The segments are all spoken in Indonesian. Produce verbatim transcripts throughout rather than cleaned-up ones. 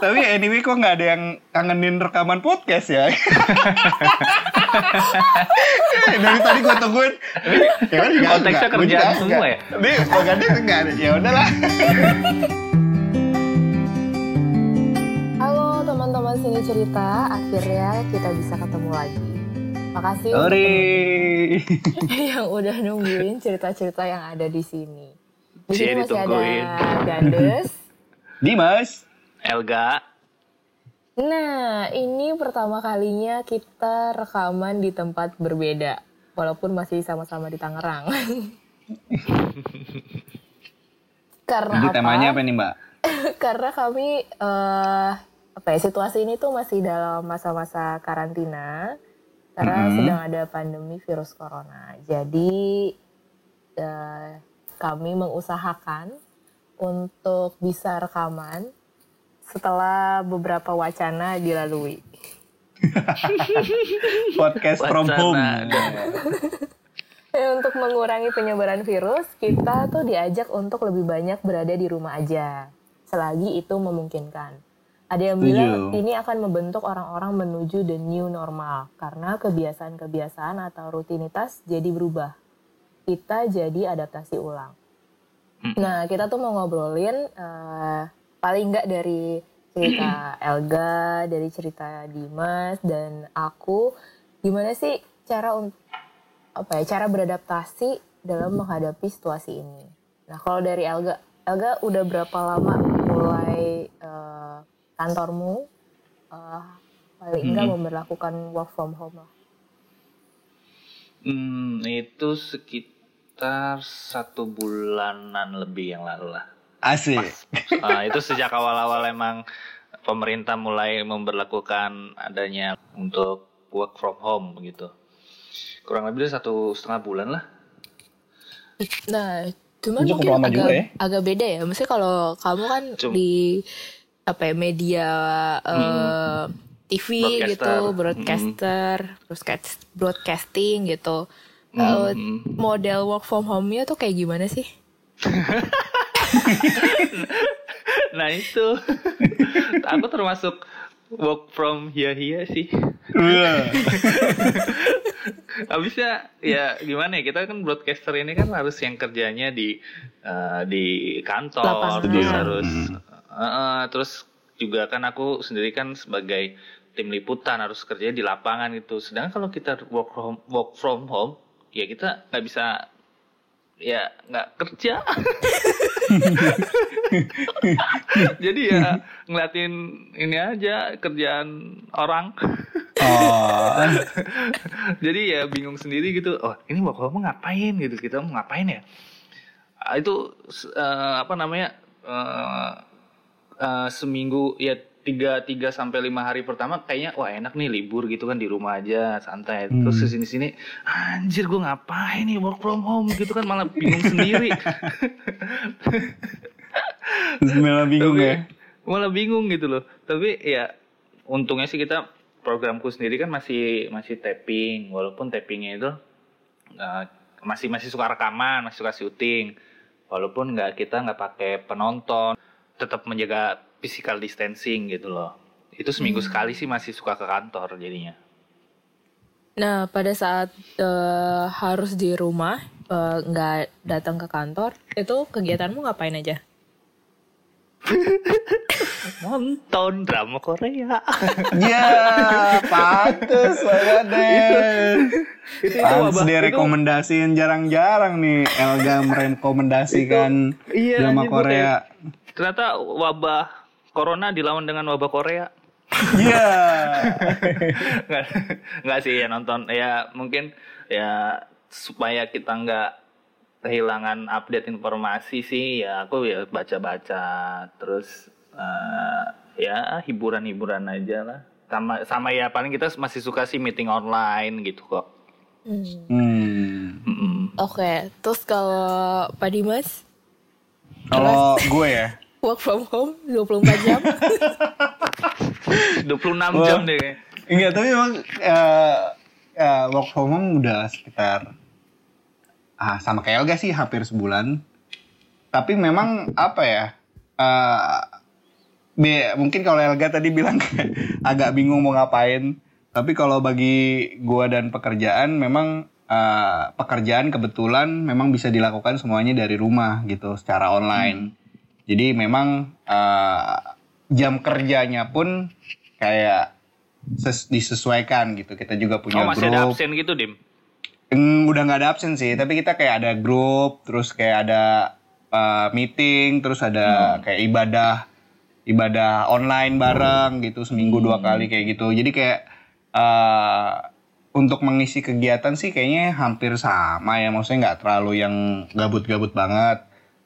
Tapi anyway kok nggak ada yang kangenin rekaman podcast ya? Dari tadi gue tungguin. Ya kan enggak, konteksnya enggak, kerjaan enggak, semua ya? Nih, pokoknya enggak ada. Ya udahlah. Halo teman-teman Sini Cerita, akhirnya kita bisa ketemu lagi. Makasih Sorry. untuk yang udah nungguin cerita-cerita yang ada di sini. Di sini masih ada ditungguin. Gandes, Dimas. Elga. Nah, ini pertama kalinya kita rekaman di tempat berbeda, walaupun masih sama-sama di Tangerang. Karena Jadi apa? temanya apa nih, Mbak? Karena kami, uh, apa ya, situasi ini tuh masih dalam masa-masa karantina, karena Mm-hmm. sedang ada pandemi virus corona. Jadi, uh, kami mengusahakan untuk bisa rekaman setelah beberapa wacana dilalui. Podcast from Wacana. home. Untuk mengurangi penyebaran virus, kita tuh diajak untuk lebih banyak berada di rumah aja, selagi itu memungkinkan. Ada yang Setuju. bilang ini akan membentuk orang-orang menuju the new normal, karena kebiasaan-kebiasaan atau rutinitas jadi berubah. Kita jadi adaptasi ulang. Nah, kita tuh mau ngobrolin uh, paling nggak dari cerita Elga, dari cerita Dimas dan aku, gimana sih cara untuk apa ya, cara beradaptasi dalam menghadapi situasi ini. Nah, kalau dari Elga, Elga udah berapa lama mulai uh, kantormu uh, paling enggak Hmm. memberlakukan work from home lah? Hmm, itu sekitar satu bulanan lebih yang lalu lah. Asik. Ah, itu sejak awal-awal emang pemerintah mulai memberlakukan adanya untuk work from home gitu. Kurang lebih satu setengah bulan lah. Nah, cuman Cukup mungkin lama agak, juga ya. agak beda ya. Maksudnya kalau kamu kan Cum- di apa ya, media eh, T V Broadcaster. gitu, broadcaster, broadcast, broadcasting gitu. Eh, Hmm. model work from home-nya tuh kayak gimana sih? Nah itu, aku termasuk work from here-here sih. Wah. Habisnya ya gimana ya, kita kan broadcaster ini kan harus yang kerjanya di eh, di kantor, Lapangan. terus Iya. harus Hmm. eh, eh, terus juga kan aku sendiri kan sebagai tim liputan harus kerja di lapangan gitu. Sedangkan kalau kita work from work from home, ya kita nggak bisa, ya nggak kerja. Jadi ya ngeliatin ini aja kerjaan orang. Oh. Jadi ya bingung sendiri gitu. Oh ini mau kamu ngapain gitu, kita mau ngapain ya? Ah, itu eh, apa namanya eh, eh, seminggu ya tiga tiga sampai lima hari pertama kayaknya wah enak nih libur gitu kan di rumah aja santai. Terus Hmm. kesini sini anjir gue ngapain nih work from home gitu kan, malah bingung sendiri. Terus malah bingung Tapi, ya. malah bingung gitu loh. Tapi ya untungnya sih kita, programku sendiri kan masih masih taping, walaupun tapingnya itu uh, masih masih suka rekaman, masih suka syuting, walaupun nggak kita nggak pakai penonton, tetap menjaga physical distancing gitu loh. Itu seminggu sekali sih masih suka ke kantor jadinya. Nah, pada saat eh, harus di rumah, eh, nggak datang ke kantor, itu kegiatanmu ngapain aja? Nonton drama Korea. Ya, pantes banget deh. itu Pantes wabah- dia itu- rekomendasiin jarang-jarang nih Elga merekomendasikan Iya, drama anjir, gua Korea. kayak, ternyata wabah corona dilawan dengan wabah Korea. Iya. nggak, nggak sih ya, nonton ya mungkin ya supaya kita nggak kehilangan update informasi sih ya, aku ya baca-baca terus eh, ya hiburan-hiburan aja lah, sama sama ya paling kita masih suka sih meeting online gitu kok. Hmm. Hmm. Mm-mm. Oke, terus kalau Pak Dimas, Kalau gue ya, work from home dua puluh empat jam? dua puluh enam Wah. jam deh. enggak, tapi emang eh, eh, work from home udah sekitar ah sama kayak Elga sih hampir sebulan. Tapi memang apa ya? eh, Be, mungkin kalau Elga tadi bilang agak bingung mau ngapain. Tapi kalau bagi gua dan pekerjaan memang uh, pekerjaan kebetulan memang bisa dilakukan semuanya dari rumah gitu secara online. Hmm. Jadi memang uh, jam kerjanya pun kayak ses- disesuaikan gitu. Kita juga punya grup. Oh masih grup. ada absen gitu Dim? Hmm, udah nggak ada absen sih. Tapi kita kayak ada grup, terus kayak ada uh, meeting, terus ada hmm. kayak ibadah ibadah online bareng gitu seminggu hmm. dua kali kayak gitu. Jadi kayak Uh, untuk mengisi kegiatan sih kayaknya hampir sama ya, maksudnya nggak terlalu yang gabut-gabut banget.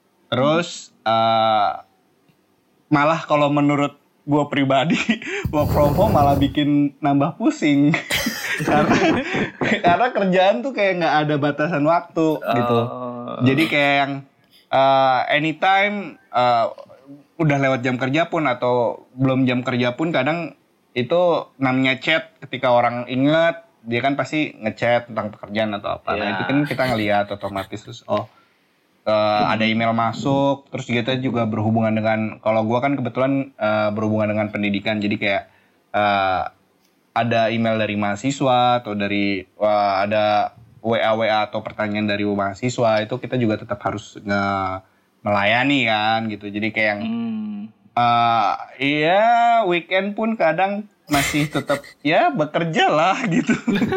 Terus uh, malah kalau menurut gue pribadi work from home malah bikin nambah pusing karena karena kerjaan tuh kayak nggak ada batasan waktu gitu. Jadi kayak yang uh, anytime uh, udah lewat jam kerja pun atau belum jam kerja pun kadang itu namanya chat, ketika orang inget dia kan pasti ngechat tentang pekerjaan atau apa. Yeah. Nah itu kan kita ngelihat otomatis terus oh uh, ada email masuk, terus kita juga berhubungan dengan, kalau gue kan kebetulan uh, berhubungan dengan pendidikan, jadi kayak uh, ada email dari mahasiswa atau dari uh, ada W A W A atau pertanyaan dari mahasiswa, itu kita juga tetap harus nge- melayani kan gitu. Jadi kayak yang hmm. Uh, iya weekend pun kadang masih tetap ya bekerja lah gitu.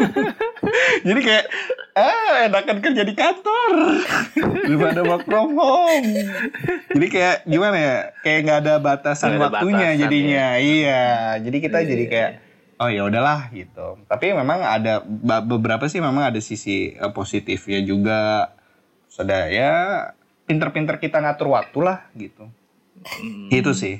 Jadi kayak ah enakan kerja di kantor daripada work from home. Jadi kayak gimana ya, kayak nggak ada batasan gak ada waktunya batasan, jadinya ya. Iya jadi kita yeah. jadi kayak oh ya udahlah gitu. Tapi memang ada beberapa sih memang ada sisi uh, positifnya juga. Terus ada ya pinter-pinter kita ngatur waktu lah gitu. Hmm. Itu sih.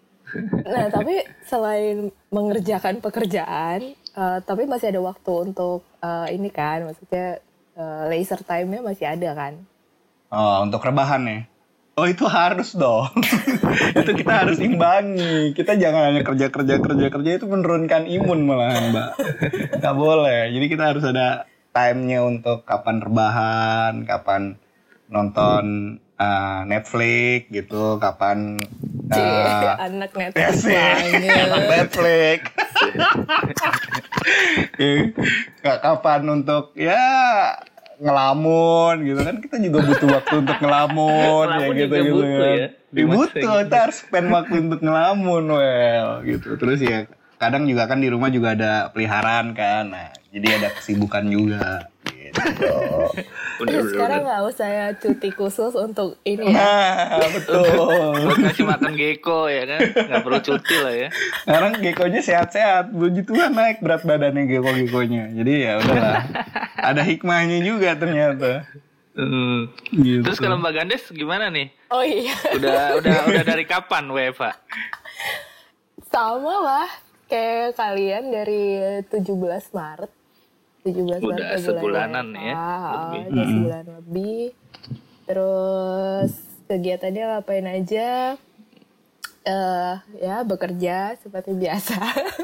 Nah tapi selain mengerjakan pekerjaan, uh, tapi masih ada waktu untuk uh, ini kan, maksudnya uh, leisure time-nya masih ada kan? Oh untuk rebahan ya? Oh itu harus dong. Itu kita harus imbangi. Kita jangan hanya kerja kerja kerja kerja itu menurunkan imun malahan mbak. Gak boleh. Jadi kita harus ada time-nya untuk kapan rebahan, kapan nonton uh, Netflix gitu, kapan uh, Cie, anak Netflix banget. Anak Netflix. Kapan untuk ya ngelamun gitu kan, kita juga butuh waktu untuk ngelamun ya gitu gitu butuh ya. Butuh, kita harus spend waktu untuk ngelamun well gitu. Terus ya kadang juga kan di rumah juga ada peliharaan kan, nah jadi ada kesibukan juga gitu. Terus sekarang nggak usah ya cuti khusus untuk ini ya. Nah betul. Buat ngasih makan gecko ya kan, nggak perlu cuti lah ya. Sekarang geckonya sehat-sehat, puji Tuhan naik berat badannya gecko-geckonya. Jadi ya udahlah, ada hikmahnya juga ternyata. Uh, gitu. Terus kalau Mbak Gandes gimana nih? Oh iya. Udah udah udah dari kapan W F H? Sama lah kayak kalian dari tujuh belas Maret. tujuh belas udah Maret sebulanan W F H, ya. Lebih. Udah hmm. sebulan lebih. Terus kegiatannya ngapain aja? Uh, ya bekerja seperti biasa.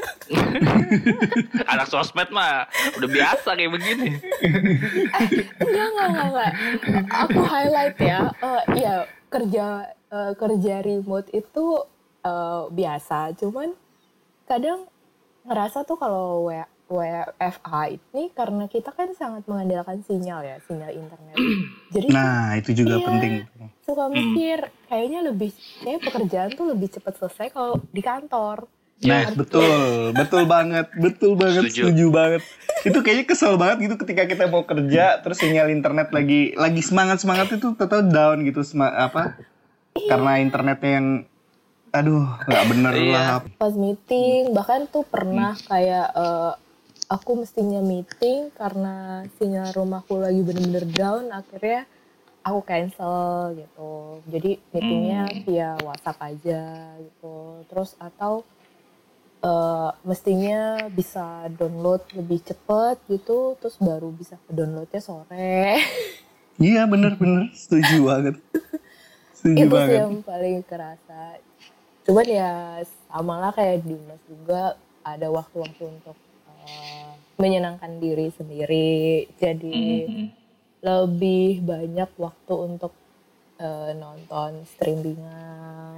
Anak sosmed mah udah biasa kayak begini. eh, enggak enggak enggak enggak. Aku highlight ya. Uh, ya kerja uh, kerja remote itu uh, biasa. Cuman kadang ngerasa tuh kalau W F H ini karena kita kan sangat mengandalkan sinyal ya, sinyal internet. Jadi nah itu juga iya, penting. Suka mikir kayaknya lebih kayak pekerjaan tuh lebih cepat selesai kalau di kantor. Nah ya, betul, betul banget, betul banget, setuju. setuju banget. Itu kayaknya kesel banget gitu ketika kita mau kerja terus sinyal internet lagi lagi semangat semangat itu total down gitu, sema- apa? Iya. Karena internetnya yang aduh nggak bener lah. Pas meeting bahkan tuh pernah hmm. kayak uh, aku mestinya meeting karena sinyal rumahku lagi bener-bener down, akhirnya aku cancel gitu. Jadi meetingnya hmm. via WhatsApp aja gitu. Terus atau uh, mestinya bisa download lebih cepet gitu, terus baru bisa downloadnya sore. Iya bener-bener setuju banget. Setuju itu banget. Sih yang paling kerasa. Cuman ya sama lah kayak di Mas juga ada waktu-waktu untuk uh, menyenangkan diri sendiri. Jadi mm-hmm. lebih banyak waktu untuk uh, nonton streamingan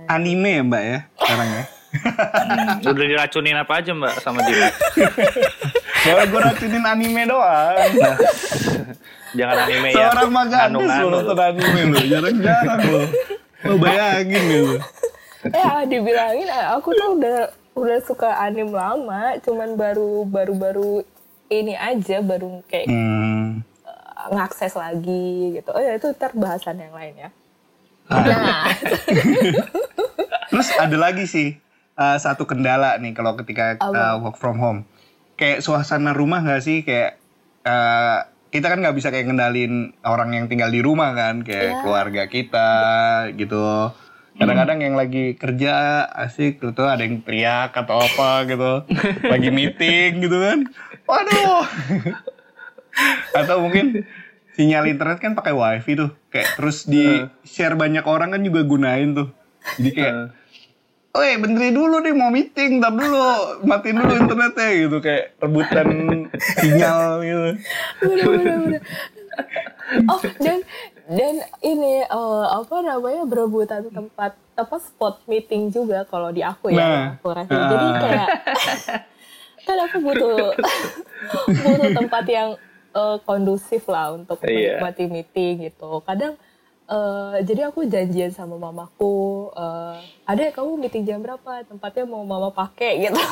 anime ya Mbak ya sekarang ya. Hmm, udah diracunin apa aja Mbak sama dia? Kalau gue racunin anime doang. Nah, jangan anime ya. Seorang magadis lo nonton anime lo, jarang-jarang lo. Lo bayangin gitu. Ya dibilangin aku tuh udah udah suka anime lama, cuman baru baru baru ini aja baru kayak hmm. uh, ngakses lagi gitu. Oh ya itu ntar bahasan yang lain ya. Nah. Terus ada lagi sih uh, satu kendala nih kalau ketika uh, work from home. Kayak suasana rumah nggak sih kayak uh, kita kan nggak bisa kayak ngendalin orang yang tinggal di rumah kan kayak yeah. keluarga kita gitu. Kadang-kadang yang lagi kerja asik gitu ada yang teriak atau apa gitu, lagi meeting gitu kan. Waduh. Atau mungkin sinyal internet kan pakai wifi tuh, kayak terus di share banyak orang kan juga gunain tuh. Jadi kayak, "Oi, benerin dulu nih mau meeting, tar dulu matiin dulu internetnya" gitu, kayak rebutan sinyal gitu. Bener-bener. Oh dan dan ini uh, apa namanya berebutan tempat apa spot meeting juga kalau di aku ya nah, aku rasa. Uh, Jadi kayak kan aku butuh butuh tempat yang uh, kondusif lah untuk yeah. menikmati meeting gitu. Kadang uh, jadi aku janjian sama mamaku, uh, "Adek kamu meeting jam berapa? Tempatnya mau mama pakai" gitu.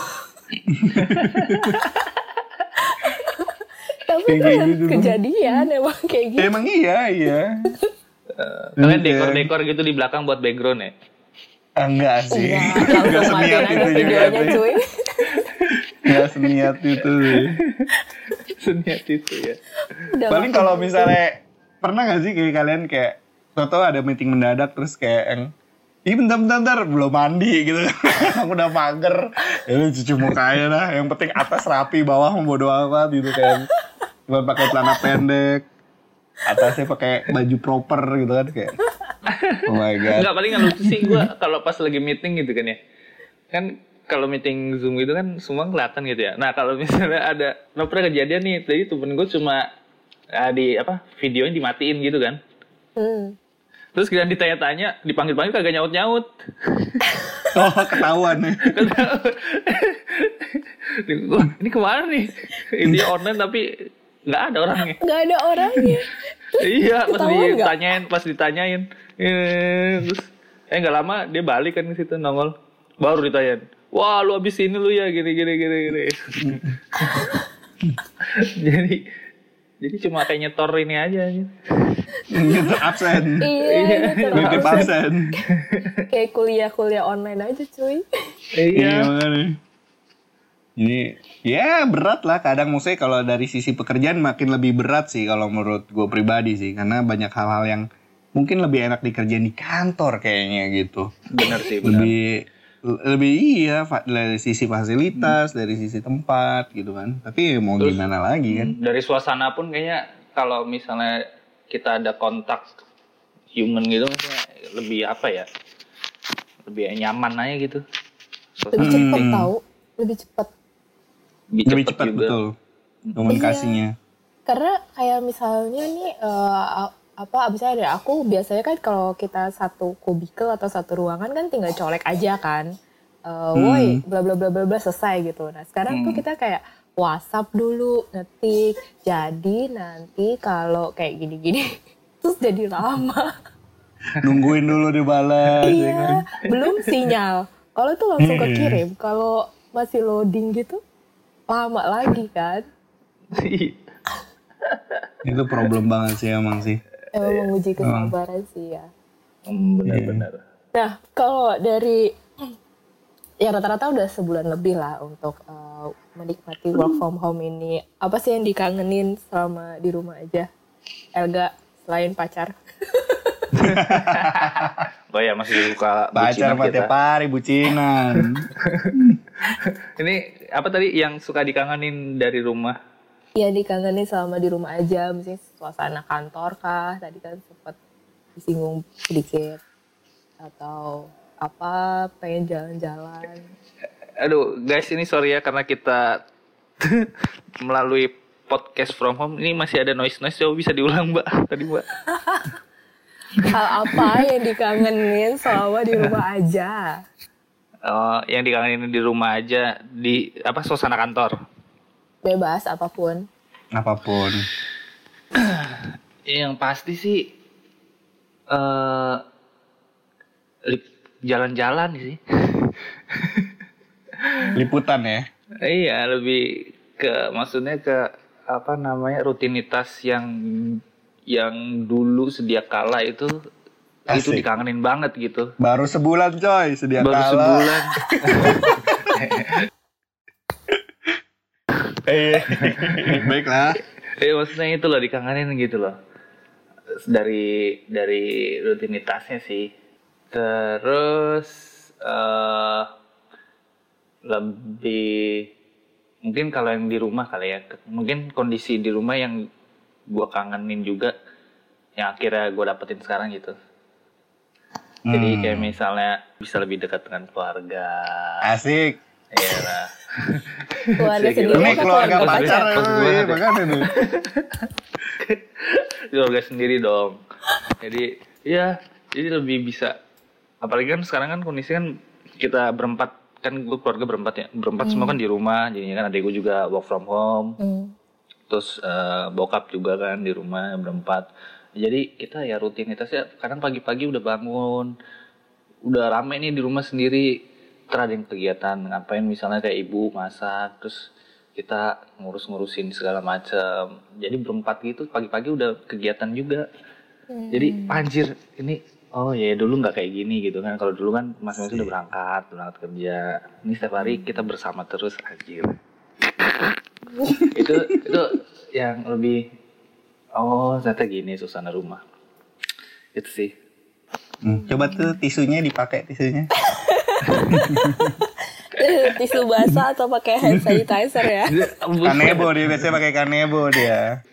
Tapi itu kejadian emang kayak gitu. Emang iya, iya. Uh, kalian dekor-dekor gitu di belakang buat background ya? Enggak sih. Enggak, enggak seniat itu videonya cuy. Enggak seniat itu sih. Seniat itu ya. Udah paling kalau misalnya pernah gak sih kayak kalian kayak tau-tau ada meeting mendadak terus kayak yang ih bentar-bentar belum mandi gitu. Aku udah mager. Ya lu cuci mukanya lah. Yang penting atas rapi, bawah mau bodo amat gitu kan. Cuma pakai celana pendek. Atasnya pakai baju proper gitu kan kayak. Oh my god. Enggak, paling yang lucu sih gue kalau pas lagi meeting gitu kan ya. Kan kalau meeting Zoom itu kan semua kelihatan gitu ya. Nah, kalau misalnya ada nah pernah kejadian nih, tadi temen gue cuma uh, di apa? Videonya dimatiin gitu kan. Hmm. Terus kita ditanya-tanya, dipanggil-panggil kagak nyaut-nyaut. Oh, ketahuan nih. Wah, ini kemana nih? Ini online tapi nggak ada orangnya. Nggak ada orangnya. Iya, pas ditanyain, pas ditanyain, eh, terus eh nggak lama dia balik kan ke situ nongol, baru ditanyain, "Wah, lu abis ini lu ya gini gini gini gini." jadi jadi cuma kayak nyetor ini aja. Nyetor absen. Iya, nitip absen. Kayak kuliah-kuliah online aja cuy. Iya. Ini ya berat lah kadang, maksudnya kalau dari sisi pekerjaan makin lebih berat sih kalau menurut gue pribadi sih, karena banyak hal-hal yang mungkin lebih enak dikerjain di kantor kayaknya gitu. Benar sih, benar. Lebih lebih iya dari sisi fasilitas, hmm. dari sisi tempat gitu kan. Tapi mau terus, gimana lagi kan? Dari suasana pun kayaknya kalau misalnya kita ada kontak human gitu lebih apa ya? Lebih nyaman aja gitu. Lebih cepat hmm. tahu, lebih cepat. Lebih cepat betul komunikasinya. Iya. Karena kayak misalnya nih uh, apa abisnya ada aku biasanya kan kalau kita satu kubikel atau satu ruangan kan tinggal colek aja kan, uh, hmm. woi bla bla bla bla bla selesai gitu. Nah sekarang hmm. tuh kita kayak WhatsApp dulu ngetik, jadi nanti kalau kayak gini-gini terus jadi lama. Nungguin dulu dibalas. Iya, ya kan? Belum sinyal. Kalau tuh langsung kekirim, kalau masih loading gitu lama lagi kan. Itu problem banget sih emang sih. Emang menguji kesabaran oh. sih ya. Hmm, benar-benar. Nah kalau dari ya rata-rata udah sebulan lebih lah untuk uh, menikmati work from home ini. Apa sih yang dikangenin selama di rumah aja? Elga selain pacar? Oh ya masih suka pacar sama tiap hari bucinan. Ini apa tadi yang suka dikangenin dari rumah? Ya dikangenin selama di rumah aja, misalnya suasana kantor kah? Tadi kan sempat disinggung sedikit atau apa pengen jalan-jalan. Aduh guys, ini sorry ya karena kita melalui podcast from home ini masih ada noise noise. Coba bisa diulang mbak tadi mbak. Hal apa yang dikangenin selama di rumah aja? Oh, yang dikangenin di rumah aja, di apa suasana kantor? Bebas apapun. Apapun. Yang pasti sih uh, jalan-jalan sih. Liputan ya? Iya, lebih ke maksudnya ke apa namanya rutinitas yang yang dulu sedia kala itu Asik. Itu dikangenin banget gitu. Baru sebulan coy sedia Baru kala. Baru sebulan. Eh, baiklah. Eh maksudnya itu loh dikangenin gitu loh. Dari dari rutinitasnya sih. Terus uh, lebih mungkin kalau yang di rumah kali ya. Mungkin kondisi di rumah yang gua kangenin juga yang akhirnya gua dapetin sekarang gitu. Hmm. Jadi kayak misalnya bisa lebih dekat dengan keluarga. Asik. Iya lah. Keluarga sendiri ini keluarga pacar ya, keluarga sendiri dong. Jadi ya jadi lebih bisa. Apalagi kan sekarang kan kondisi kan kita berempat kan gue keluarga berempat ya berempat hmm. semua kan di rumah. Jadinya kan adek gue juga work from home. Hmm. Terus uh, bokap juga kan di rumah berempat. Jadi kita ya rutinitasnya kadang pagi-pagi udah bangun, udah rame nih di rumah sendiri. Terus ada yang kegiatan ngapain misalnya kayak ibu masak, terus kita ngurus-ngurusin segala macam. Jadi berempat gitu pagi-pagi udah kegiatan juga. Hmm. Jadi anjir ini oh ya dulu nggak kayak gini gitu kan. Kalau dulu kan masing-masing udah berangkat, berangkat kerja. Ini setiap hari kita bersama terus anjir. itu itu yang lebih oh ternyata gini suasana rumah. Itu sih. Hmm, coba tuh tisunya dipakai tisunya. Tisu basah atau pakai hand sanitizer ya? Kanebo dia biasanya pakai kanebo dia.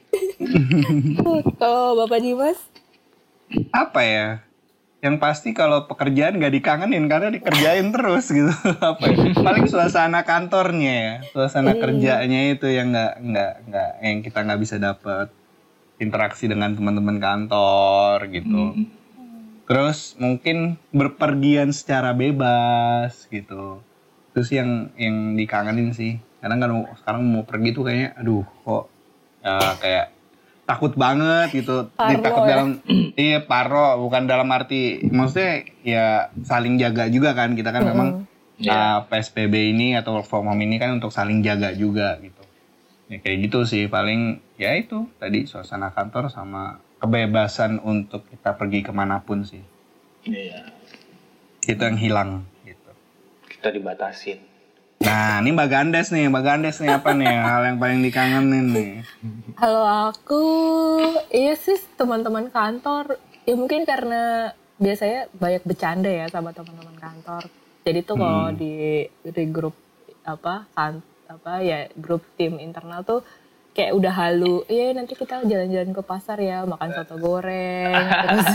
Kalau Bapak Dimas? Apa ya? Yang pasti kalau pekerjaan gak dikangenin karena dikerjain terus gitu. Apa ya? Paling suasana kantornya ya, suasana hmm. kerjanya itu yang nggak nggak nggak yang kita nggak bisa dapat interaksi dengan teman-teman kantor gitu. Hmm. Terus mungkin berpergian secara bebas gitu. Terus yang yang dikangenin sih. Kadang kan sekarang mau pergi tuh kayaknya aduh kok ya, kayak takut banget gitu. Parno, takut ya? dalam iya parno bukan dalam arti maksudnya ya saling jaga juga kan. Kita kan mm-hmm. memang yeah. uh, P S B B ini atau work from home ini kan untuk saling jaga juga gitu. Ya kayak gitu sih paling ya itu tadi suasana kantor sama kebebasan untuk kita pergi kemanapun sih. Iya. Itu yang hilang gitu. Kita dibatasin. Nah, ini Mbak Gandes nih, Mbak Gandes nih apa nih hal yang paling dikangenin nih? Halo aku, iya sih teman-teman kantor. Ya mungkin karena biasanya banyak bercanda ya sama teman-teman kantor. Jadi tuh kalau hmm. di di grup apa kan apa ya grup tim internal tuh kayak udah halu, iya nanti kita jalan-jalan ke pasar ya, makan soto goreng, terus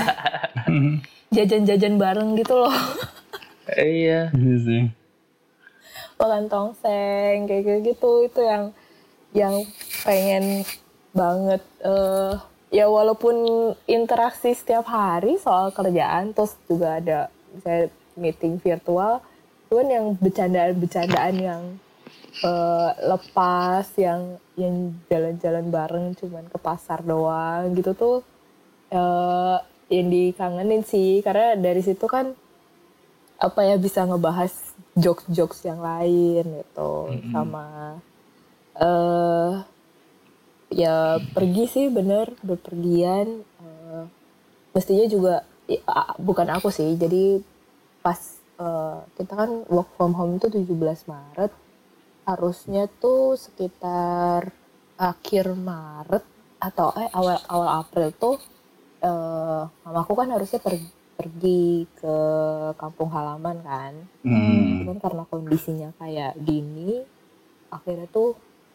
jajan-jajan bareng gitu loh. Iya. Iya sih. Makan tongseng, kayak gitu, itu yang yang pengen banget. Uh, ya walaupun interaksi setiap hari soal kerjaan, terus juga ada misalnya meeting virtual, cuman yang bercandaan-bercandaan yang Uh, lepas yang yang jalan-jalan bareng cuman ke pasar doang gitu tuh uh, yang dikangenin sih karena dari situ kan apa ya bisa ngebahas jokes-jokes yang lain gitu mm-hmm. sama uh, ya pergi sih bener berpergian uh, mestinya juga ya, bukan aku sih jadi pas uh, kita kan work from home itu tujuh belas Maret harusnya tuh sekitar akhir Maret atau eh awal awal April tuh eh, mamaku kan harusnya pergi, pergi ke kampung halaman kan. Hmm. Cuman karena kondisinya kayak gini akhirnya tuh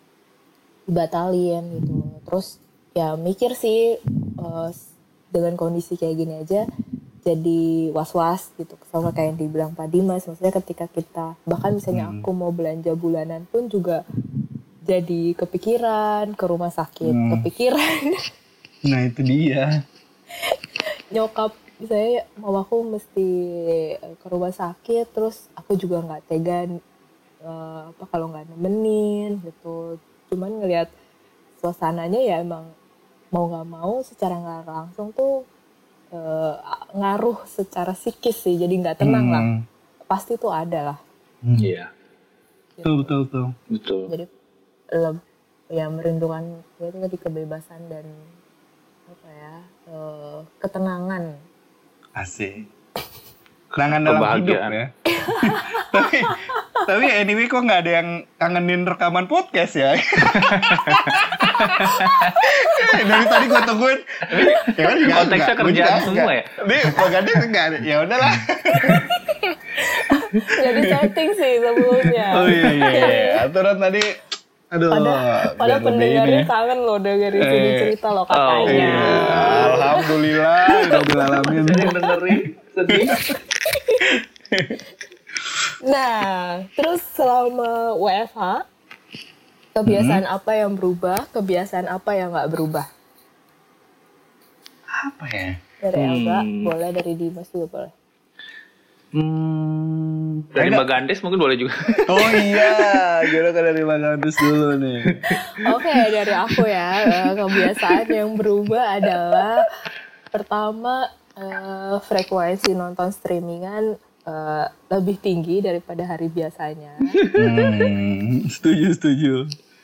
dibatalin gitu. Terus ya mikir sih eh, dengan kondisi kayak gini aja jadi was-was gitu sama kayak yang dibilang Pak Dimas maksudnya ketika kita bahkan misalnya hmm. aku mau belanja bulanan pun juga jadi kepikiran ke rumah sakit hmm. kepikiran nah itu dia nyokap saya mau aku mesti ke rumah sakit, terus aku juga nggak tega uh, apa kalau nggak nemenin gitu. Cuman ngelihat suasananya ya emang mau nggak mau secara nggak langsung tuh uh, ngaruh secara psikis sih, jadi nggak tenang hmm. lah. Pasti tuh ada lah. Iya. Hmm. Gitu. Betul betul betul. Betul. Jadi le- ya merindukan ya itu tadi kebebasan dan apa ya uh, ketenangan. Asik. Kenangan dalam hidup ya. tapi tapi anyway kok nggak ada yang kangenin rekaman podcast ya? Dari tadi gue tungguin. Ya kan juga konteksnya kerjaan semua ya. Ini pokoknya enggak ada. Ya udahlah. Jadi setting sih sebelumnya. Oh iya iya. Aturan tadi. Aduh. Pada pendengarnya kangen loh dengerin eh. sini cerita loh katanya. Oh, iya. Alhamdulillah. Alhamdulillah. Yang dengerin sedih. Nah, terus selama W F H, kebiasaan hmm. apa yang berubah, kebiasaan apa yang nggak berubah? Apa ya? Dari Elga, hmm. boleh, dari Dimas juga boleh. Hmm, dari Mbak Gandes mungkin boleh juga. Oh iya, gimana kan dari Mbak Gandes dulu nih. Oke, okay, dari aku ya, kebiasaan yang berubah adalah pertama uh, frekuensi nonton streamingan uh, lebih tinggi daripada hari biasanya. Hmm, setuju setuju.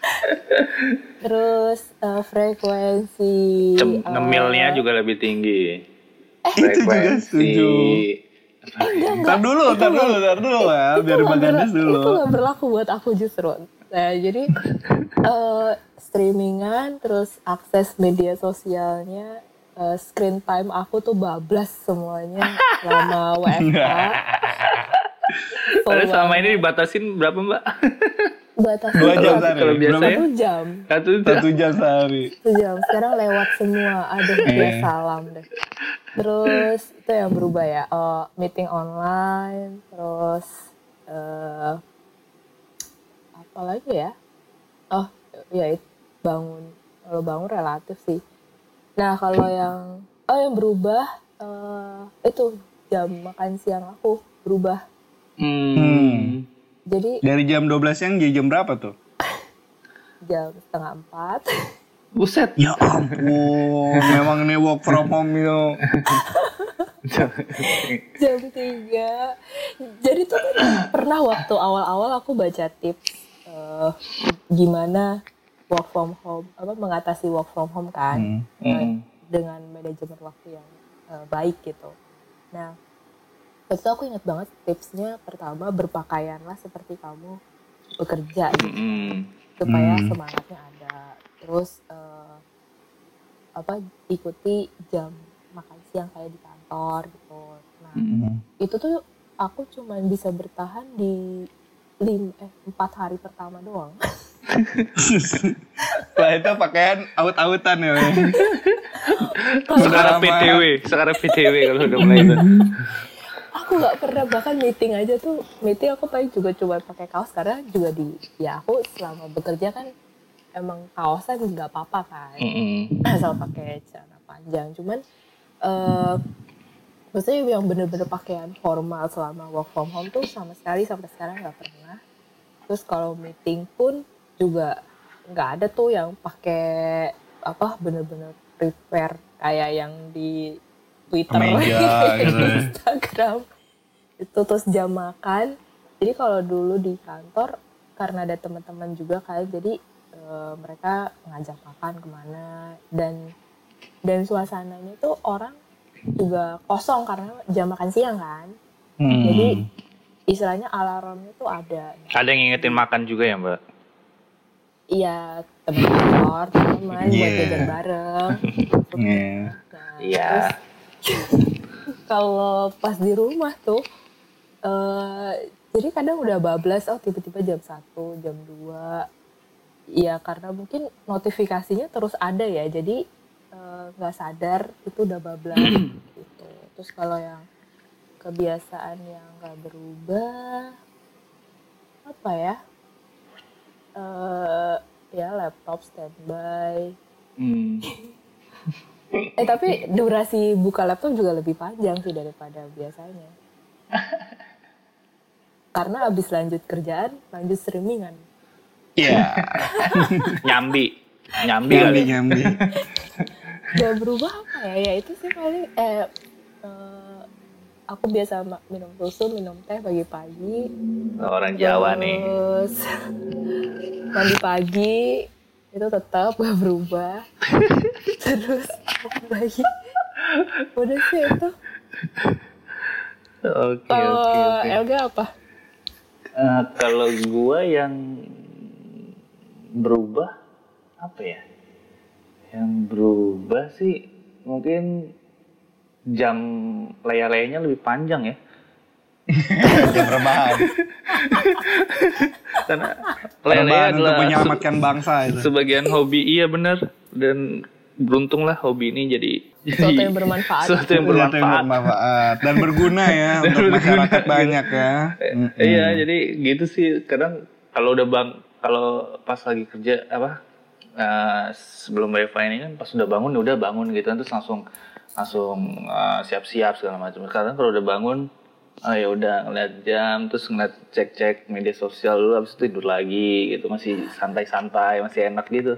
Terus uh, frekuensi Cem- uh, ngemilnya juga lebih tinggi. Eh, itu juga setuju. Eh, ntar dulu, ntar dulu, ntar dulu ya, biar Mbak Gandes dulu. Itu gak berlaku buat aku justru. Nah, jadi uh, streamingan, terus akses media sosialnya, uh, screen time aku tuh bablas semuanya selama W F H. Padahal selama ini dibatasin berapa Mbak? Batasin dua jam sehari. Kalau biasa satu ya? jam. Satu jam. Satu jam sehari. Satu jam. Sekarang lewat semua. Aduh, dia salam deh. Terus itu yang berubah ya. Oh, meeting online. Terus uh, apa lagi ya? Oh, ya itu bangun. Kalau bangun relatif sih. Nah, kalau yang oh yang berubah uh, itu jam makan siang aku berubah. Hmm. Jadi dari jam dua belas siang jadi jam berapa tuh? Jam setengah empat. Buset. Ya ampun, memang ini work from home yo. Jam tiga. Jadi tuh kan pernah waktu awal-awal aku baca tips uh, gimana work from home, apa mengatasi work from home kan, hmm. uh, dengan manajemen waktu yang uh, baik gitu. Nah, waktu itu aku ingat banget tipsnya pertama berpakaianlah seperti kamu bekerja gitu, mm. supaya mm. semangatnya ada. Terus uh, apa ikuti jam makan siang kayak di kantor gitu. Nah mm. itu tuh aku cuma bisa bertahan di lim eh empat hari pertama doang. Setelah itu pakaian aut-autan ya. Sekarang P T W, sekarang P T W kalau udah mulai itu. Aku nggak pernah, bahkan meeting aja tuh meeting aku paling juga cuma pakai kaos karena juga di ya aku selama bekerja kan emang kaosan nggak apa-apa kan, mm-hmm. asal pakai celana panjang. Cuman uh, maksudnya yang bener-bener pakaian formal selama work from home tuh sama sekali sampai sekarang nggak pernah. Terus kalau meeting pun juga nggak ada tuh yang pakai apa bener-bener prepare kayak yang di Twitter, Meja, gitu. Instagram itu. Terus jam makan, jadi kalau dulu di kantor karena ada teman-teman juga kan, jadi e, mereka ngajak makan kemana, dan dan suasananya tuh orang juga kosong karena jam makan siang kan, hmm. jadi istilahnya alarmnya tuh ada. Ada yang ngingetin makan juga ya Mbak? Iya, teman kantor, teman yeah. buat jajan bareng. Iya. Nah, yeah. Kalau pas di rumah tuh, uh, jadi kadang udah bablas, oh tiba-tiba jam satu, jam dua. Ya karena mungkin notifikasinya terus ada ya, jadi nggak uh, sadar itu udah bablas gitu. Terus kalau yang kebiasaan yang nggak berubah, apa ya? Uh, ya laptop standby. Hmm. Eh tapi durasi buka laptop juga lebih panjang sih daripada biasanya. Karena abis lanjut kerjaan, lanjut streamingan. Iya. Nyambi. Nyambi Nyambi, kali. nyambi. Gak berubah apa ya? Ya itu sih paling eh, eh aku biasa ma- minum susu, minum teh pagi-pagi. Orang Jawa nih. Terus mandi pagi itu tetap gak berubah. Terus apa lagi? Udah sih itu. Oke, Kalau oke, oke. Elga apa? Eh, kalau gua yang berubah apa ya? Yang berubah sih mungkin jam layar-layarnya lebih panjang ya. Jam rebahan. Karena Rebahan layar-layar untuk adalah menyelamatkan se- bangsa itu. sebagian hobi, iya benar. Dan beruntunglah hobi ini jadi Sesuatu jadi yang bermanfaat. sesuatu yang Sesuatu yang bermanfaat. bermanfaat dan berguna ya Dan untuk berguna, masyarakat gitu. banyak ya. Eh, Mm-mm. Iya, jadi gitu sih. Kadang kalau udah bang, kalau pas lagi kerja apa eh, sebelum W F H ini kan pas udah bangun udah bangun gitu kan, terus langsung langsung eh, siap-siap segala macam. Kadang kalau udah bangun, oh ya udah ngeliat jam, terus ngeliat cek-cek media sosial dulu, habis itu tidur lagi gitu, masih santai-santai, masih enak gitu.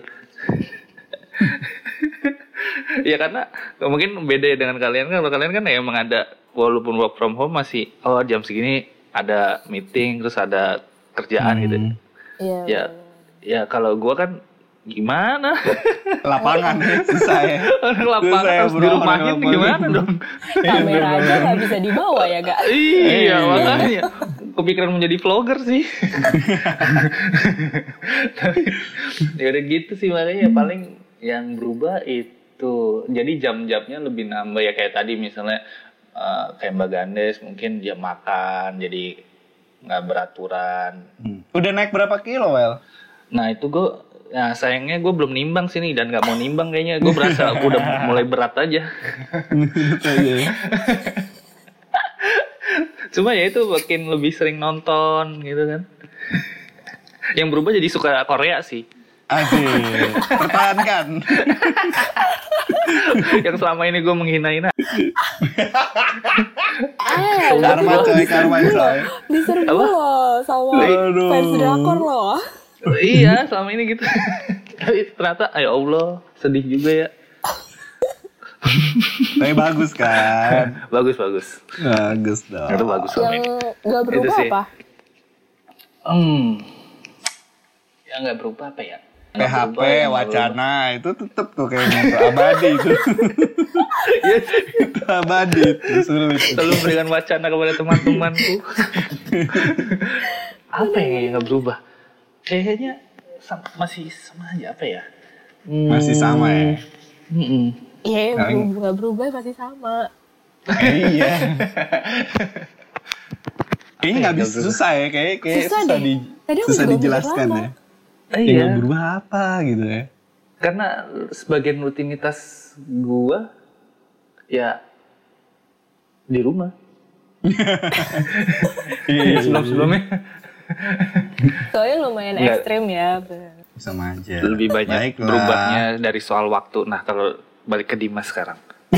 Ya karena mungkin beda ya dengan kalian kan, kalau kalian kan ya emang ada walaupun work from home masih oh jam segini ada meeting terus ada kerjaan Hmm. gitu. Iya. Ya ya kalau gua kan gimana? Lapangan ya, susah ya. Orang lapangan Susah ya, harus bro, dirumahin orang lapangan. gimana dong? Kamera aja nggak bisa dibawa ya gak? Iya Iya. makanya kepikiran menjadi vlogger sih. Tapi ya udah gitu sih, makanya paling yang berubah itu jadi jam-jamnya lebih nambah ya, kayak tadi misalnya eh, kayak Mbak Gandes mungkin jam makan jadi nggak beraturan. Hmm. Udah naik berapa kilo, Wel? Nah itu gue, nah sayangnya gue belum nimbang sini dan nggak mau nimbang kayaknya, gue berasa gue udah mulai berat aja. Cuma ya itu makin lebih sering nonton gitu kan. Yang berubah jadi suka Korea sih. Asik. Pertahankan. Yang selama ini gue menghina-hina. Eh, Karma coy, karma coy. diserbu loh sama Aduh. fans drakor loh. Iya selama ini gitu. Tapi ternyata ya Allah sedih juga ya. Tapi bagus kan? Bagus bagus. Bagus dong. Itu bagus selama Yang ini. nggak berubah sih. apa? Hmm. Yang nggak berubah apa ya? P Nggak H P, berubah, yang nggak wacana itu tetep tuh kayaknya tuh abadi itu. berubah. Iya. Itu abadi itu sulit. Selalu memberikan wacana kepada teman-temanku. Apa ya yang nggak berubah? Kayaknya sam- masih sama aja apa ya? Hmm. Masih sama ya. Mm-mm. Iya, Nah, berubah nggak berubah masih sama. Iya. Kayaknya nggak Apa ya, bisa nggak susah ya, kayak kayak Susah susah, deh. di Tadi aku susah juga dijelaskan mikir ya. lama. Ya Iya. nggak berubah apa gitu ya. Karena sebagian rutinitas gua ya di rumah. Iya, Sebelum-sebelumnya Soalnya lumayan Nggak. ekstrim ya. sama aja. lebih banyak Baiklah. berubahnya dari soal waktu. Nah kalau balik ke Dimas sekarang.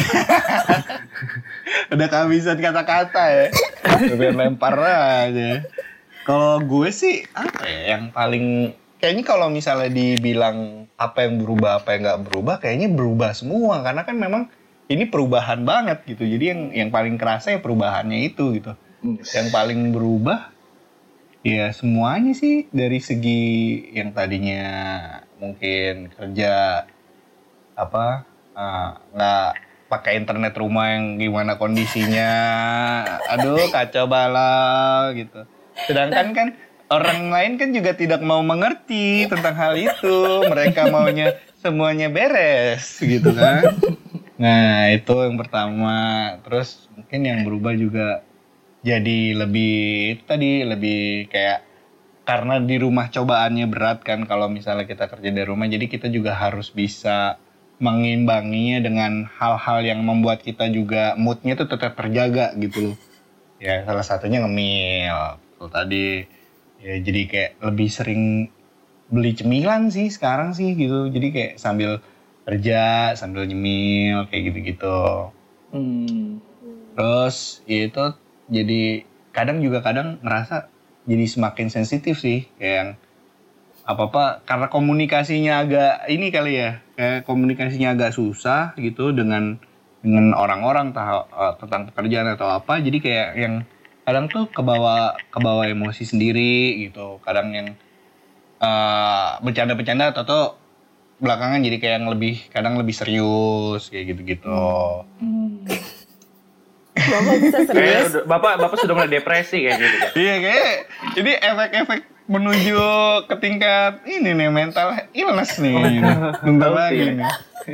Udah kehabisan kata-kata ya. Biar lempar aja. Kalau gue sih apa ya yang paling kayaknya kalau misalnya dibilang apa yang berubah apa yang nggak berubah kayaknya berubah semua karena kan memang ini perubahan banget gitu. Jadi yang yang paling kerasa ya perubahannya itu gitu. Yang paling berubah ya semuanya sih dari segi yang tadinya mungkin kerja apa eh, nggak pakai internet rumah yang gimana kondisinya, aduh kacau balau gitu. Sedangkan kan orang lain kan juga tidak mau mengerti tentang hal itu, mereka maunya semuanya beres gitu kan. Nah itu yang pertama, terus mungkin yang berubah juga jadi lebih tadi lebih kayak karena di rumah cobaannya berat kan kalau misalnya kita kerja dari rumah, jadi kita juga harus bisa mengimbanginya dengan hal-hal yang membuat kita juga moodnya tuh tetap terjaga gitu loh. Ya salah satunya ngemil tuh tadi ya, jadi kayak lebih sering beli cemilan sih sekarang sih gitu, jadi kayak sambil kerja sambil nyemil kayak gitu-gitu. Hmm. Terus ya itu jadi kadang juga kadang ngerasa jadi semakin sensitif sih kayak yang apa-apa karena komunikasinya agak ini kali ya, kayak komunikasinya agak susah gitu dengan dengan orang-orang tah, uh, tentang pekerjaan atau apa, jadi kayak yang kadang tuh kebawa kebawa emosi sendiri gitu, kadang yang uh, bercanda-bercanda atau tuh belakangan jadi kayak yang lebih kadang lebih serius kayak gitu-gitu. Hmm. Bapak bisa Kayak serius. udah- bapak bapak sudah mulai depresi kayak gitu kan. Iya kayak ini efek-efek menuju ke tingkat ini nih mental illness nih. Bentar lagi nih.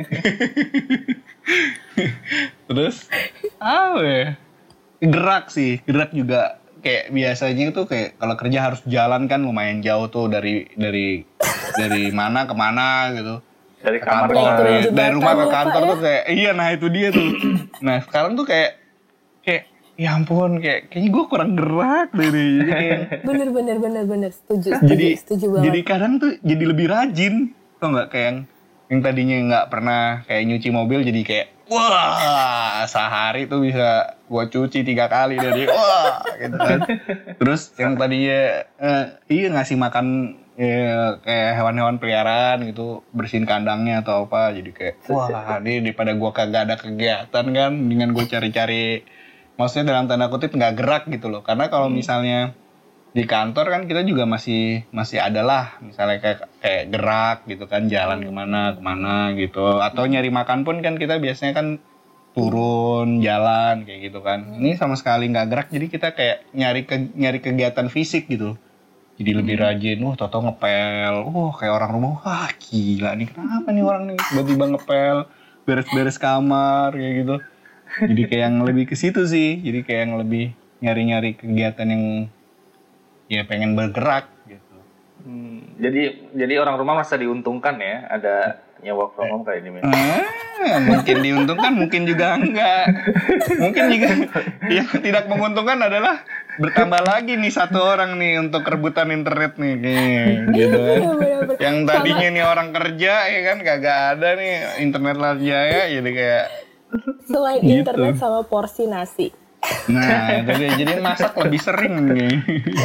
Terus apa ya? Gerak sih, gerak juga kayak biasanya tuh kayak kalau kerja harus jalan kan lumayan jauh tuh dari dari dari mana ke mana gitu. Dari Ke kamar kantor, turun dari, jembatan dari rumah ke ya, Pak, kantor ya? tuh kayak iya nah itu dia tuh. Nah sekarang tuh kayak kayak ya ampun kayak kayaknya gue kurang gerak deh nih. Jadi kayak Bener bener bener bener setuju setuju jadi setuju banget. jadi kadang tuh jadi lebih rajin tau nggak kayak yang yang tadinya nggak pernah kayak nyuci mobil jadi kayak wah sehari tuh bisa gua cuci tiga kali dari wah gitu kan. Terus yang tadinya eh, iya ngasih makan ya, kayak hewan-hewan peliharaan gitu bersihin kandangnya atau apa jadi kayak wah ini daripada gua kagak ada kegiatan kan dengan gua cari-cari maksudnya dalam tanda kutip nggak gerak gitu loh, karena kalau misalnya di kantor kan kita juga masih masih ada lah misalnya kayak kayak gerak gitu kan jalan kemana kemana gitu atau nyari makan pun kan kita biasanya kan turun jalan kayak gitu kan. Ini sama sekali nggak gerak jadi kita kayak nyari ke, nyari kegiatan fisik gitu jadi lebih rajin. Wah toto ngepel, wah kayak orang rumah, wah gila nih kenapa nih orang nih tiba-tiba ngepel beres-beres kamar kayak gitu. Jadi kayak yang lebih ke situ sih, jadi kayak yang lebih nyari-nyari kegiatan yang ya pengen bergerak gitu. Hmm, jadi jadi orang rumah masa diuntungkan ya ada work from home kayak ini. Men. Ah, mungkin diuntungkan, mungkin juga enggak. Mungkin juga yang tidak menguntungkan adalah bertambah lagi nih satu orang nih untuk rebutan internet nih, nih gitu kan. Bener-bener. Yang tadinya nih orang kerja ya kan kagak ada nih internet Larjaya jadi kayak Selain gitu. internet sama porsi nasi. Nah, jadi jadi masak lebih sering nih.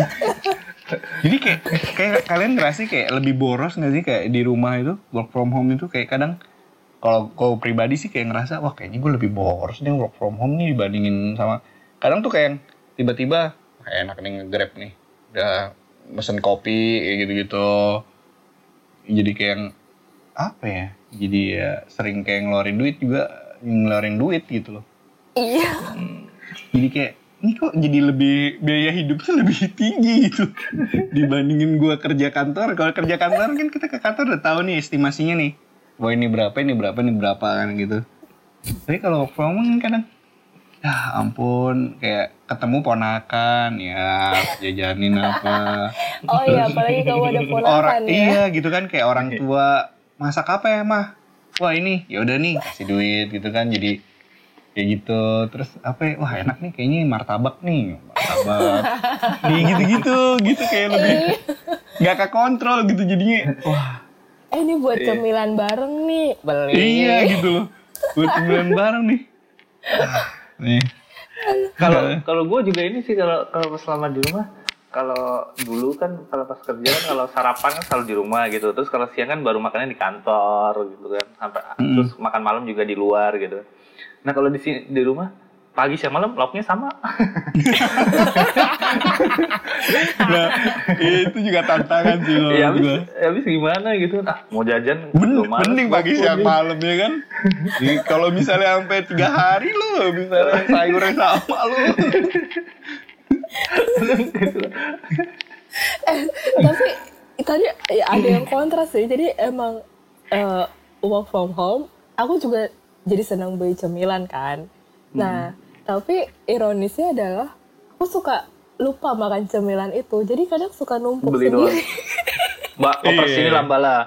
Jadi kayak kayak kalian ngerasa kayak lebih boros nggak sih kayak di rumah itu work from home itu kayak kadang kalau kalau pribadi sih kayak ngerasa wah kayaknya gue lebih boros nih work from home nih dibandingin sama kadang tuh kayak yang tiba-tiba kayak enak nih nge-grab nih udah mesen kopi kayak gitu-gitu. Jadi kayak yang apa ya? Jadi ya sering kayak ngeluarin duit juga ngeluarin duit gitu loh. Iya. Jadi kayak ini kok jadi lebih biaya hidupnya lebih tinggi gitu dibandingin gua kerja kantor. Kalau kerja kantor kan kita ke kantor udah tahu nih estimasinya nih. Wah ini berapa, ini berapa, ini berapa kan gitu. Tapi kalau work from home kadang ya ampun kayak ketemu ponakan ya jajanin apa. Oh iya, apalagi kalau ada ponakan Orang ya. iya gitu kan kayak orang tua masak apa ya mah? Wah ini ya udah nih kasih duit gitu kan jadi kayak gitu. Terus apa ya? Wah enak nih kayaknya martabak nih martabak nih gitu-gitu gitu kayak lebih nggak kekontrol gitu jadinya. Wah Eh ini buat cemilan bareng nih, beli. iya gitu loh buat cemilan bareng nih. Ah, nih Kalau kalau gue juga ini sih kalau kalau selama di rumah kalau dulu kan kalau pas kerja kan kalau sarapan kan selalu di rumah gitu terus kalau siang kan baru makannya di kantor gitu kan sampai mm. terus makan malam juga di luar gitu. Nah kalau di sini di rumah pagi siang malam lauknya sama. nah itu juga tantangan sih loh. Ya habis, habis gimana gitu ah mau jajan Ben, mending pagi siang malam ya kan. Kalau misalnya sampai tiga hari lo misalnya sayurnya sama lo. eh, tapi tadi ya ada yang kontras sih. Jadi emang uh, work from home, aku juga jadi senang beli cemilan kan. Nah, hmm. tapi ironisnya adalah aku suka lupa makan cemilan itu. Jadi kadang suka numpuk beli sendiri. doang. Mbak, oper sini lambala.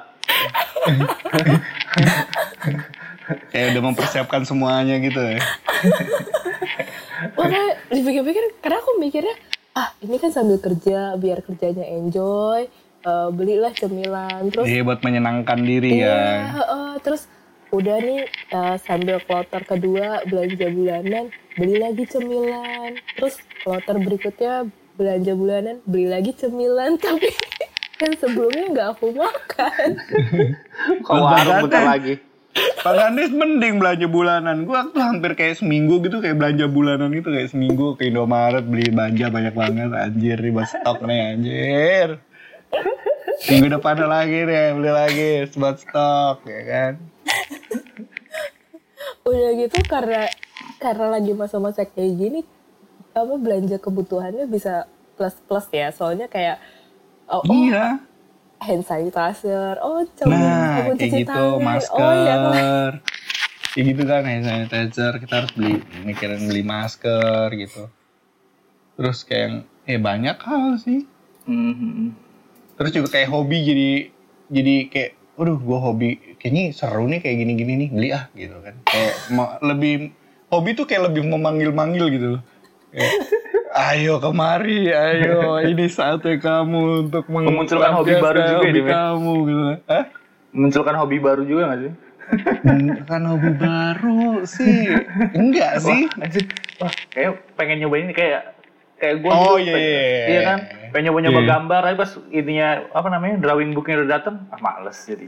Kayak udah mempersiapkan semuanya gitu ya. Makanya dipikir-pikir, karena aku mikirnya, ah ini kan sambil kerja, biar kerjanya enjoy, uh, belilah cemilan. Terus iya buat menyenangkan diri iya, ya. Uh, terus udah nih uh, sambil kloter kedua belanja bulanan, beli lagi cemilan. Terus kloter berikutnya belanja bulanan, beli lagi cemilan. Tapi yang sebelumnya nggak aku makan. Kau warung bentar lagi. Pak Gandis mending belanja bulanan. Gue tuh hampir kayak seminggu gitu kayak belanja bulanan gitu kayak seminggu ke Indomaret beli belanja banyak banget anjir nih buat stok nih anjir. Minggu depan lagi deh beli lagi buat stok ya kan. Udah gitu karena karena lagi masa-masa kayak gini apa belanja kebutuhannya bisa plus-plus ya. Soalnya kayak oh, iya. hand sanitizer, oh sabun, nah, sabun cuci gitu, tangan, masker, oh ya kayak gitu kan hand sanitizer kita harus beli mikirin beli masker gitu. Terus kayak eh banyak hal sih. Mm-hmm. Terus juga kayak hobi jadi jadi kayak, waduh gue hobi kayaknya seru nih kayak gini-gini nih beli ah gitu kan. Kayak lebih hobi tuh kayak lebih memanggil-manggil gitu loh. Kayak, ayo kemari, ayo ini saatnya kamu untuk memunculkan hobi baru juga hobi ya, kamu gitu. Hah? Memunculkan hobi baru juga nggak sih? Memunculkan hobi baru sih, enggak sih. Wah, wah kayak pengen nyobain ini kayak kayak gue oh, gitu, iya, iya, iya kan, pengen nyoba-nyoba iya. gambar, tapi pas ininya apa namanya drawing booknya udah dateng, ah males jadi.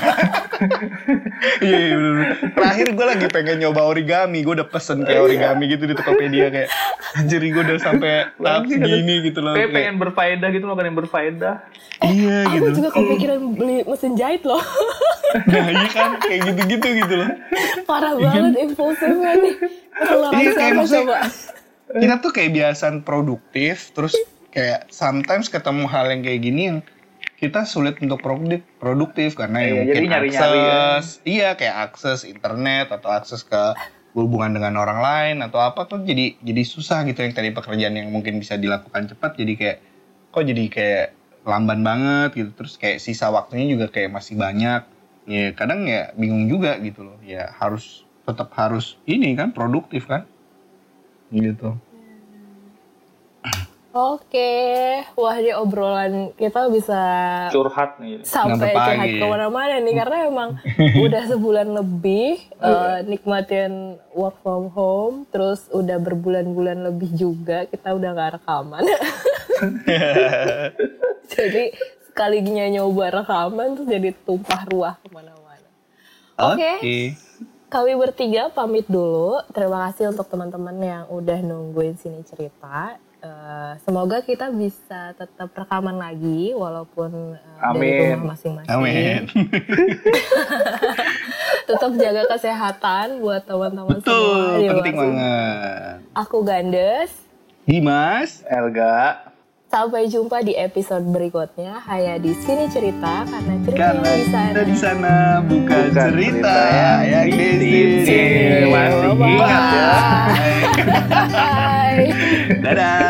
Iya, iya bener-bener. Terakhir gue lagi pengen nyoba origami, gue udah pesen kayak origami gitu di Tokopedia kayak, anjir gue udah sampai tahap segini gitu loh. Kayak pengen berfaedah gitu loh, kan yang berfaedah. Iya aku gitu. Aku juga kepikiran beli mesin jahit loh. Nah iya kan, kayak gitu-gitu gitu loh. Parah banget impulsifnya nih. Iya kayak maksudnya, coba. Kita tuh kayak biasaan produktif, terus kayak sometimes ketemu hal yang kayak gini yang kita sulit untuk produktif, produktif karena ya, ya mungkin nyari-nyari, akses, ya. iya kayak akses internet atau akses ke hubungan dengan orang lain atau apa tuh jadi jadi susah gitu yang tadi pekerjaan yang mungkin bisa dilakukan cepat jadi kayak kok jadi kayak lamban banget gitu terus kayak sisa waktunya juga kayak masih banyak ya kadang ya bingung juga gitu loh ya harus tetap harus ini kan produktif kan gitu. Oke, wah di obrolan kita bisa curhat nih sampai curhat kemana-mana nih karena emang udah sebulan lebih uh, nikmatin work from home, terus udah berbulan-bulan lebih juga kita udah nggak rekaman. Jadi sekalinya nyoba rekaman tuh jadi tumpah ruah kemana-mana. Oke. Okay. Okay. Kami bertiga pamit dulu. Terima kasih untuk teman-teman yang udah nungguin Sini Cerita. Uh, semoga kita bisa tetap rekaman lagi walaupun uh, dari rumah masing-masing. Amin. Tetap jaga kesehatan buat teman-teman Betul, semua. Betul, penting banget. Aku Gandes. Dimas. Elga. Sampai jumpa di episode berikutnya hanya di Sini Cerita karena cerita karena di sana. di sana bukan, bukan cerita, cerita yang di sini. Masih ingat ya. Dadah.